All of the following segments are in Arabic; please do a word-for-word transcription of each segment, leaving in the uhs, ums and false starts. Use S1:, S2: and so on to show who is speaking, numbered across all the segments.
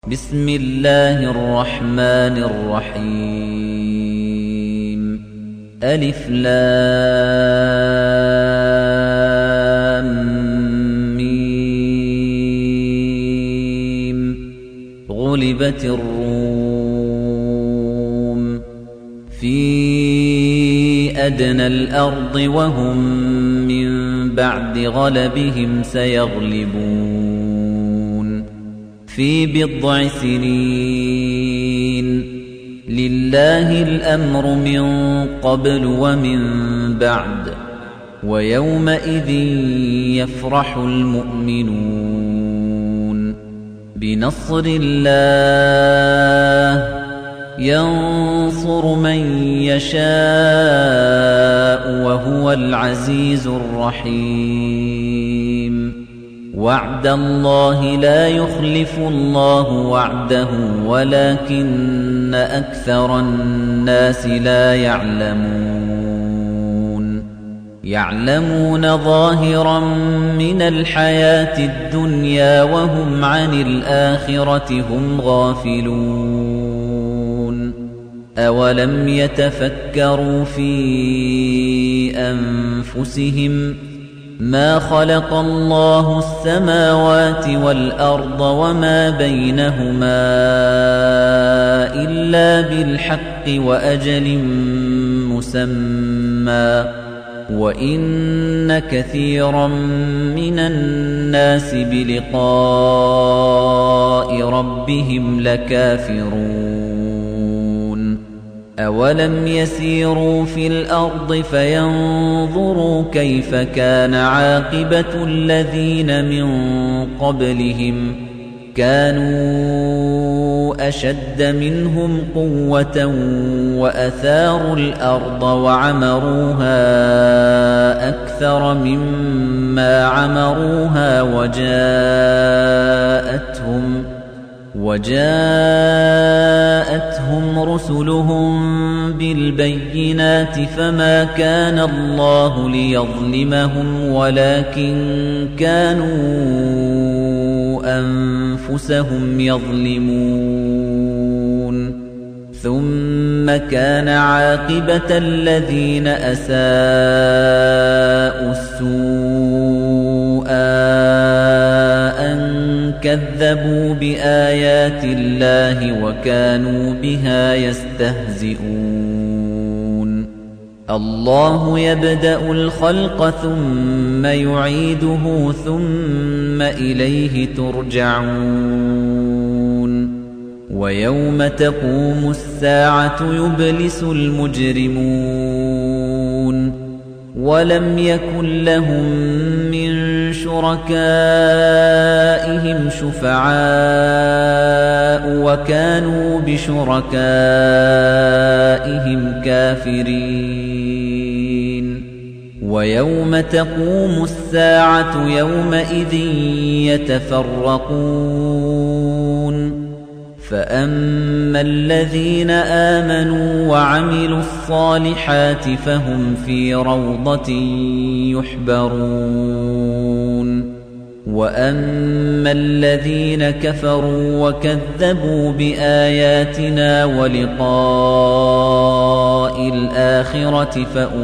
S1: بسم الله الرحمن الرحيم ألف لام ميم غلبت الروم في أدنى الأرض وهم من بعد غلبهم سيغلبون في بضع سنين لله الأمر من قبل ومن بعد ويومئذ يفرح المؤمنون بنصر الله ينصر من يشاء وهو العزيز الرحيم وعد الله لا يخلف الله وعده ولكن أكثر الناس لا يعلمون يعلمون ظاهرا من الحياة الدنيا وهم عن الآخرة هم غافلون أولم يتفكروا في أنفسهم ما خلق الله السماوات والأرض وما بينهما إلا بالحق وأجل مسمى وإن كثيرا من الناس بلقاء ربهم لكافرون أولم يسيروا في الأرض فينظروا كيف كان عاقبة الذين من قبلهم كانوا أشد منهم قوة وأثاروا الأرض وعمروها أكثر مما عمروها وجاءتهم وجاءتهم رسلهم بالبينات فما كان الله ليظلمهم ولكن كانوا أنفسهم يظلمون ثم كان عاقبة الذين أساءوا السوء أن كذبوا بآيات الله وكانوا بها يستهزئون الله يبدأ الخلق ثم يعيده ثم إليه ترجعون ويوم تقوم الساعة يبلس المجرمون ولم يكن لهم من شركائهم شفعاء وكانوا بشركائهم كافرين ويوم تقوم الساعة يومئذ يتفرقون فأما الذين آمنوا وعملوا الصالحات فهم في روضة يحبرون وأما الذين كفروا وكذبوا بآياتنا ولقاء الآخرة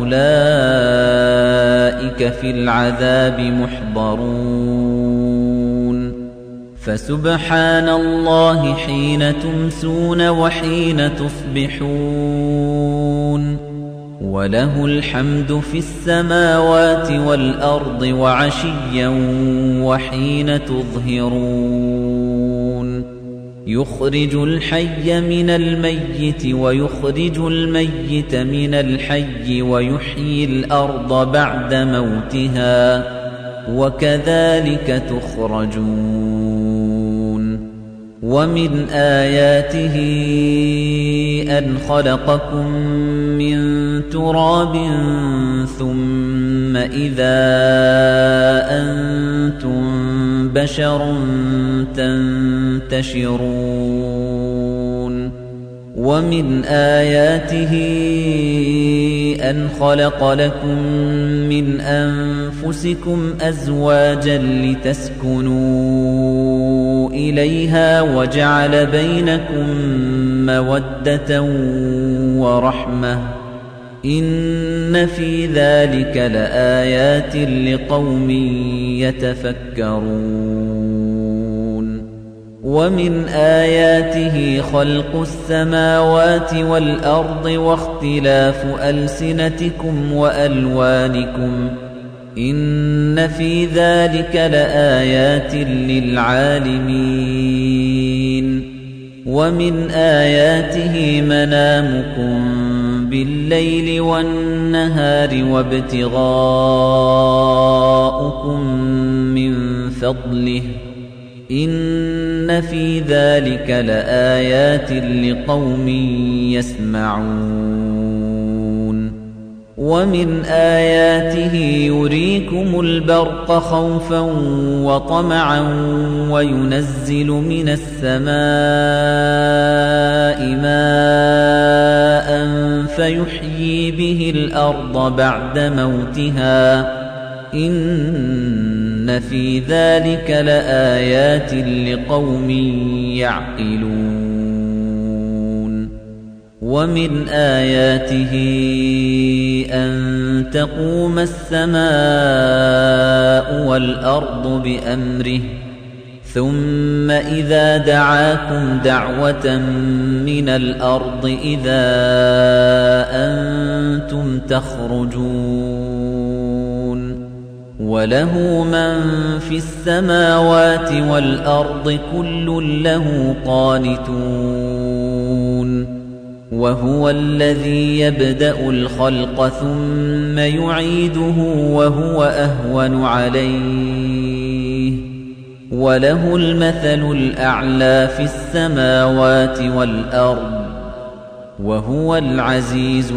S1: فأولئك في العذاب محضرون فسبحان الله حين تمسون وحين تصبحون وله الحمد في السماوات والأرض وعشيا وحين تظهرون يخرج الحي من الميت ويخرج الميت من الحي ويحيي الأرض بعد موتها وكذلك تخرجون ومن آياته أن خلقكم من تراب ثم إذا أنتم بشر تنتشرون ومن آياته أن خلق لكم من أنفسكم أزواجا لتسكنوا إليها وجعل بينكم مودة ورحمة إن في ذلك لآيات لقوم يتفكرون ومن آياته خلق السماوات والأرض واختلاف ألسنتكم وألوانكم إن في ذلك لآيات للعالمين ومن آياته منامكم بالليل والنهار وابتغاؤكم من فضله إن في ذلك لآيات لقوم يسمعون ومن آياته يريكم البرق خوفا وطمعا وينزل من السماء ماء فيحيي به الأرض بعد موتها إن في ذلك لآيات لقوم يعقلون ومن آياته أن تقوم السماء والأرض بأمره ثم إذا دعاكم دعوة من الأرض إذا أنتم تخرجون وله من في السماوات والأرض كل له قانتون وهو الذي يبدأ الخلق ثم يعيده وهو أهون عليه وله المثل الأعلى في السماوات والأرض وهو العزيز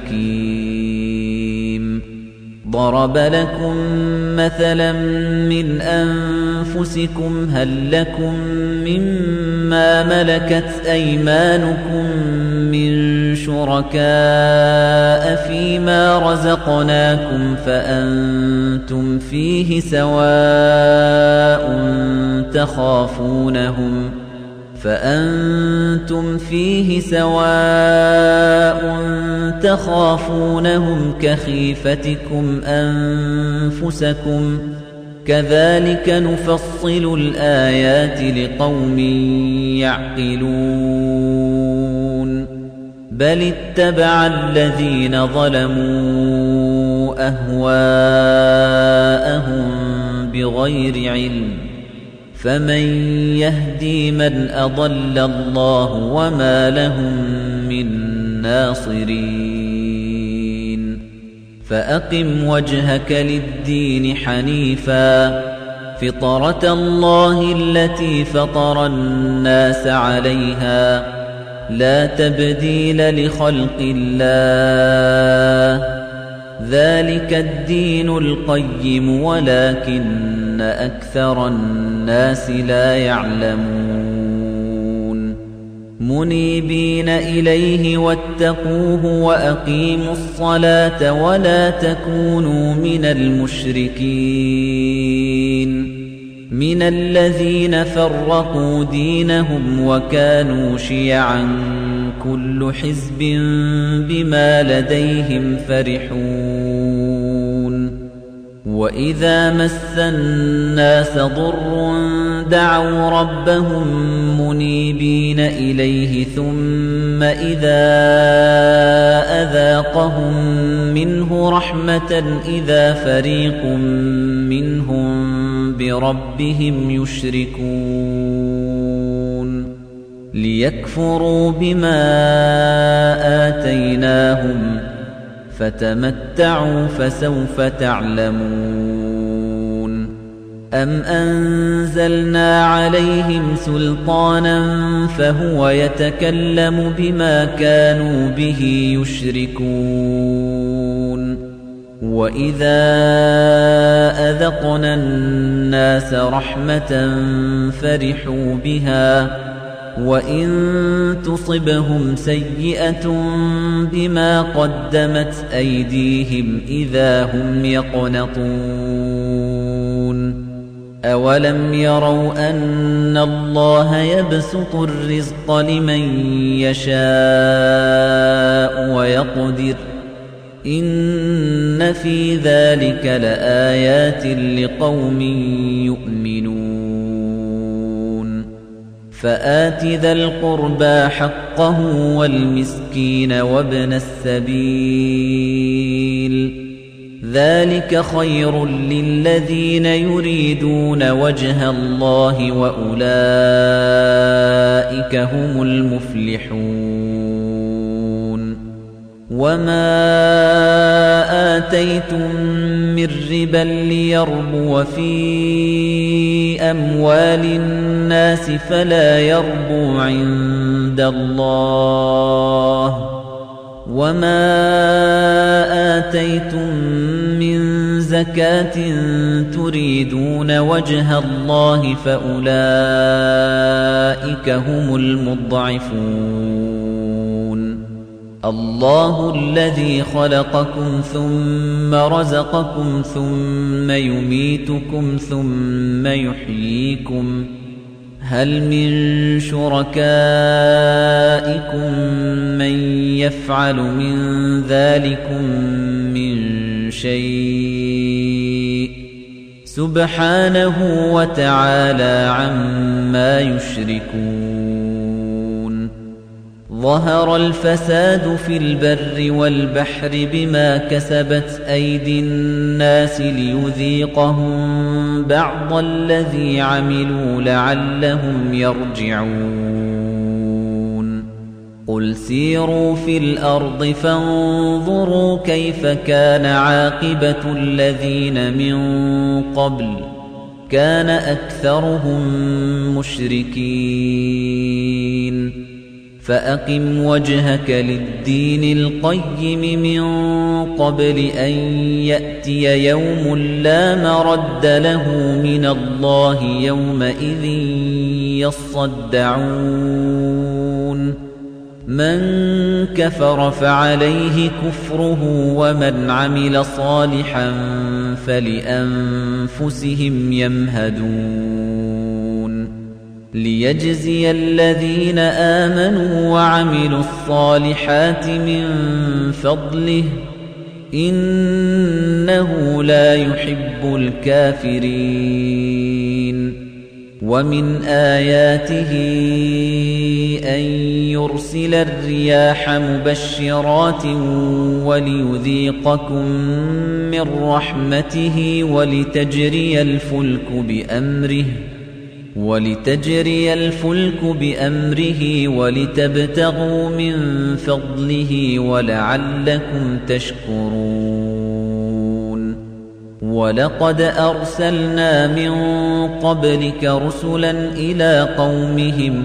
S1: الحكيم ضرب لكم مثلا من أنفسكم هل لكم مما ملكت أيمانكم من شركاء فيما رزقناكم فأنتم فيه سواء تخافونهم فأنتم فيه سواء تخافونهم كخيفتكم أنفسكم كذلك نفصل الآيات لقوم يعقلون بل اتبع الذين ظلموا أهواءهم بغير علم فمن يهدي من أضل الله وما لهم من ناصرين فأقم وجهك للدين حنيفا فطرة الله التي فطر الناس عليها لا تبديل لخلق الله ذلك الدين القيم ولكن أكثر الناس لا يعلمون منيبين إليه واتقوه وأقيموا الصلاة ولا تكونوا من المشركين من الذين فرقوا دينهم وكانوا شيعا كل حزب بما لديهم فرحون وإذا مس الناس ضر دعوا ربهم منيبين إليه ثم إذا أذاقهم منه رحمة إذا فريق منهم بربهم يشركون ليكفروا بما آتيناهم فتمتعوا فسوف تعلمون أم أنزلنا عليهم سلطانا فهو يتكلم بما كانوا به يشركون وإذا أذقنا الناس رحمة فرحوا بها وَإِن تُصِبْهُمْ سَيِّئَةٌ بِمَا قَدَّمَتْ أَيْدِيهِمْ إِذَا هُمْ يَقْنَطُونَ أَوَلَمْ يَرَوْا أَنَّ اللَّهَ يَبْسُطُ الرِّزْقَ لِمَن يَشَاءُ وَيَقْدِرُ إِنَّ فِي ذَلِكَ لَآيَاتٍ لِقَوْمٍ يُؤْمِنُونَ فَآتِ ذَا الْقُرْبَى حَقَّهُ وَالْمِسْكِينَ وَابْنَ السَّبِيلِ ذَلِكَ خَيْرٌ لِّلَّذِينَ يُرِيدُونَ وَجْهَ اللَّهِ وَأُولَٰئِكَ هُمُ الْمُفْلِحُونَ وَمَا آتَيْتُم مِّن رِّبًا لِّيَرْبُوَ فِي أَمْوَالِ النَّاسِ فَلَا يَرْبُو عِندَ اللَّهِ وَمَا آتَيْتُم مِّن زَكَاةٍ تُرِيدُونَ وَجْهَ اللَّهِ فَأُولَٰئِكَ هُمُ الْمُضْعِفُونَ اللَّهُ الَّذِي خَلَقَكُمْ ثُمَّ رَزَقَكُمْ ثُمَّ يُمِيتُكُمْ ثُمَّ يُحْيِيكُمْ هَلْ مِن شُرَكَائِكُم مَّن يَفْعَلُ مِن ذَلِكُم مِّن شَيْءٍ سُبْحَانَهُ وَتَعَالَى عَمَّا يُشْرِكُونَ ظَهَرَ الْفَسَادُ فِي الْبَرِّ وَالْبَحْرِ بِمَا كَسَبَتْ أَيْدِي النَّاسِ لِيُذِيقَهُم بَعْضَ الَّذِي عَمِلُوا لَعَلَّهُمْ يَرْجِعُونَ قُلْ سِيرُوا فِي الْأَرْضِ فَانظُرُوا كَيْفَ كَانَ عَاقِبَةُ الَّذِينَ مِن قَبْلُ كَانَ أَكْثَرُهُم مُشْرِكِينَ فَأَقِمْ وَجْهَكَ لِلدِّينِ الْقَيِّمِ مِن قَبْلِ أَن يَأْتِيَ يَوْمٌ لَّا مَرَدَّ لَهُ مِنَ اللَّهِ يَوْمَئِذٍ يَصَّدَّعُونَ مَن كَفَرَ فَعَلَيْهِ كُفْرُهُ وَمَنْ عَمِلَ صَالِحًا فَلِأَنفُسِهِمْ يَمْهَدُونَ لِيَجْزِيَ الَّذِينَ آمَنُوا وَعَمِلُوا الصَّالِحَاتِ مِن فَضْلِهِ إِنَّهُ لَا يُحِبُّ الْكَافِرِينَ وَمِنْ آيَاتِهِ أَن يُرْسِلَ الرِّيَاحَ مُبَشِّرَاتٍ وَلِيُذِيقَكُم مِّن رَّحْمَتِهِ وَلِتَجْرِيَ الْفُلْكُ بِأَمْرِهِ وَلِتَجْرِيَ الْفُلْكُ بِأَمْرِهِ وَلِتَبْتَغُوا مِن فَضْلِهِ وَلَعَلَّكُمْ تَشْكُرُونَ وَلَقَدْ أَرْسَلْنَا مِن قَبْلِكَ رُسُلًا إِلَىٰ قَوْمِهِمْ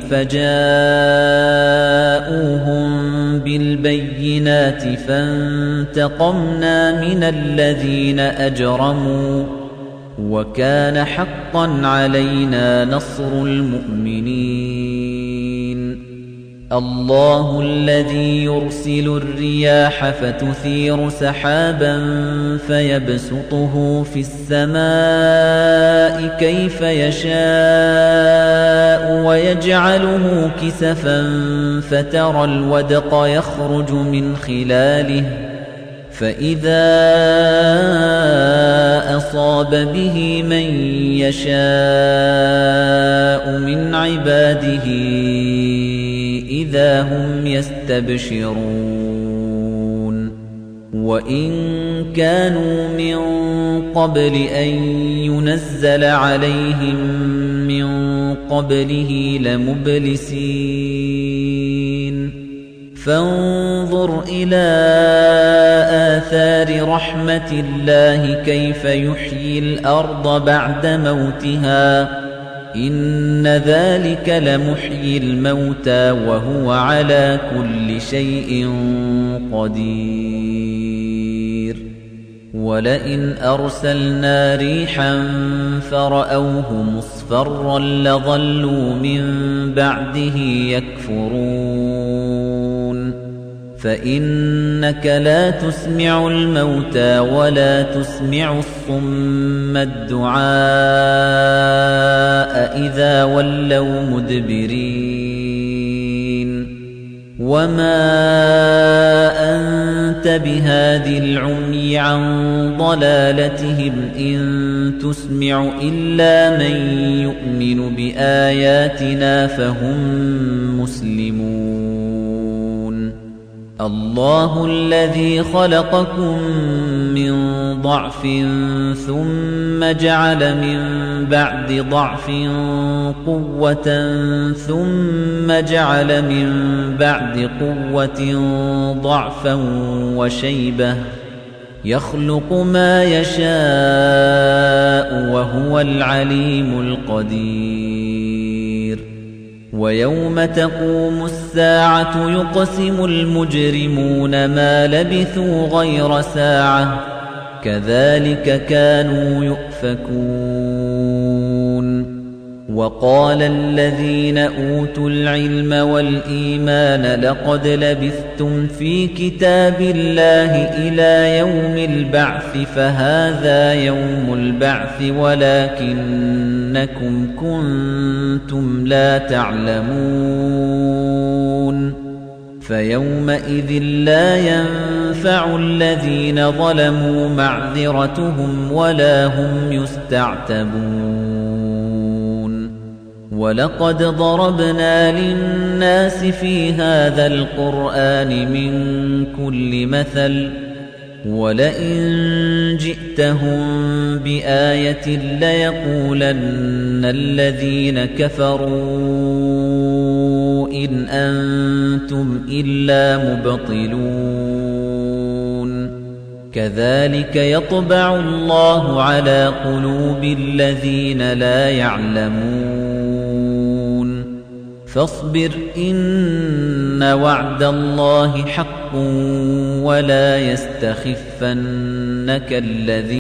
S1: فَجَاءُوهُم بِالْبَيِّنَاتِ فَانتَقَمْنَا مِنَ الَّذِينَ أَجْرَمُوا وَكَانَ حَقًّا عَلَيْنَا نَصْرُ الْمُؤْمِنِينَ اللَّهُ الَّذِي يُرْسِلُ الرِّيَاحَ فَتُثِيرُ سَحَابًا فَيَبْسُطُهُ فِي السَّمَاءِ كَيْفَ يَشَاءُ وَيَجْعَلُهُ كِسَفًا فَتَرَى الْوَدْقَ يَخْرُجُ مِنْ خِلَالِهِ فَإِذَا أَصَابَ بِهِ مَن يَشَاءُ مِنْ عِبَادِهِ إِذَا هُمْ يَسْتَبْشِرُونَ وَإِن كَانُوا مِن قَبْلِ أَن يُنَزَّلَ عَلَيْهِم مِّن قَبْلِهِ لَمُبْلِسِينَ فانظر إلى آثار رحمة الله كيف يحيي الأرض بعد موتها إن ذلك لمحيي الموتى وهو على كل شيء قدير وَلَئِنْ أَرْسَلْنَا رِيحًا فَرَأَوْهُ مُصْفَرًّا لَظَلُّوا مِنْ بَعْدِهِ يَكْفُرُونَ فَإِنَّكَ لَا تُسْمِعُ الْمَوْتَى وَلَا تُسْمِعُ الصُّمَّ الدُّعَاءَ إِذَا وَلَّوْا مُدْبِرِينَ وَمَا أَنْتَ بِهَادِ الْعُمْيِ عَنْ ضَلَالَتِهِمْ إِنْ تُسْمِعُ إِلَّا مَنْ يُؤْمِنُ بِآيَاتِنَا فَهُمْ مسلمون الله الذي خلقكم من ضعف ثم جعل من بعد ضعف قوة ثم جعل من بعد قوة ضعفا وشيبة يخلق ما يشاء وهو العليم القدير ويوم تقوم الساعة يقسم المجرمون ما لبثوا غير ساعة كذلك كانوا يؤفكون وقال الذين أوتوا العلم والإيمان لقد لبثتم في كتاب الله إلى يوم البعث فهذا يوم البعث ولكنكم كنتم لا تعلمون فيومئذ لا ينفع الذين ظلموا معذرتهم ولا هم يستعتبون وَلَقَدْ ضَرَبْنَا لِلنَّاسِ فِي هَذَا الْقُرْآنِ مِنْ كُلِّ مَثَلٍ وَلَئِنْ جِئْتَهُمْ بِآيَةٍ لَيَقُولَنَّ الَّذِينَ كَفَرُوا إِنْ أَنْتُمْ إِلَّا مُبْطِلُونَ كَذَلِكَ يَطْبَعُ اللَّهُ عَلَى قُلُوبِ الَّذِينَ لَا يَعْلَمُونَ فاصبر إن وعد الله حق ولا يستخفنك الذين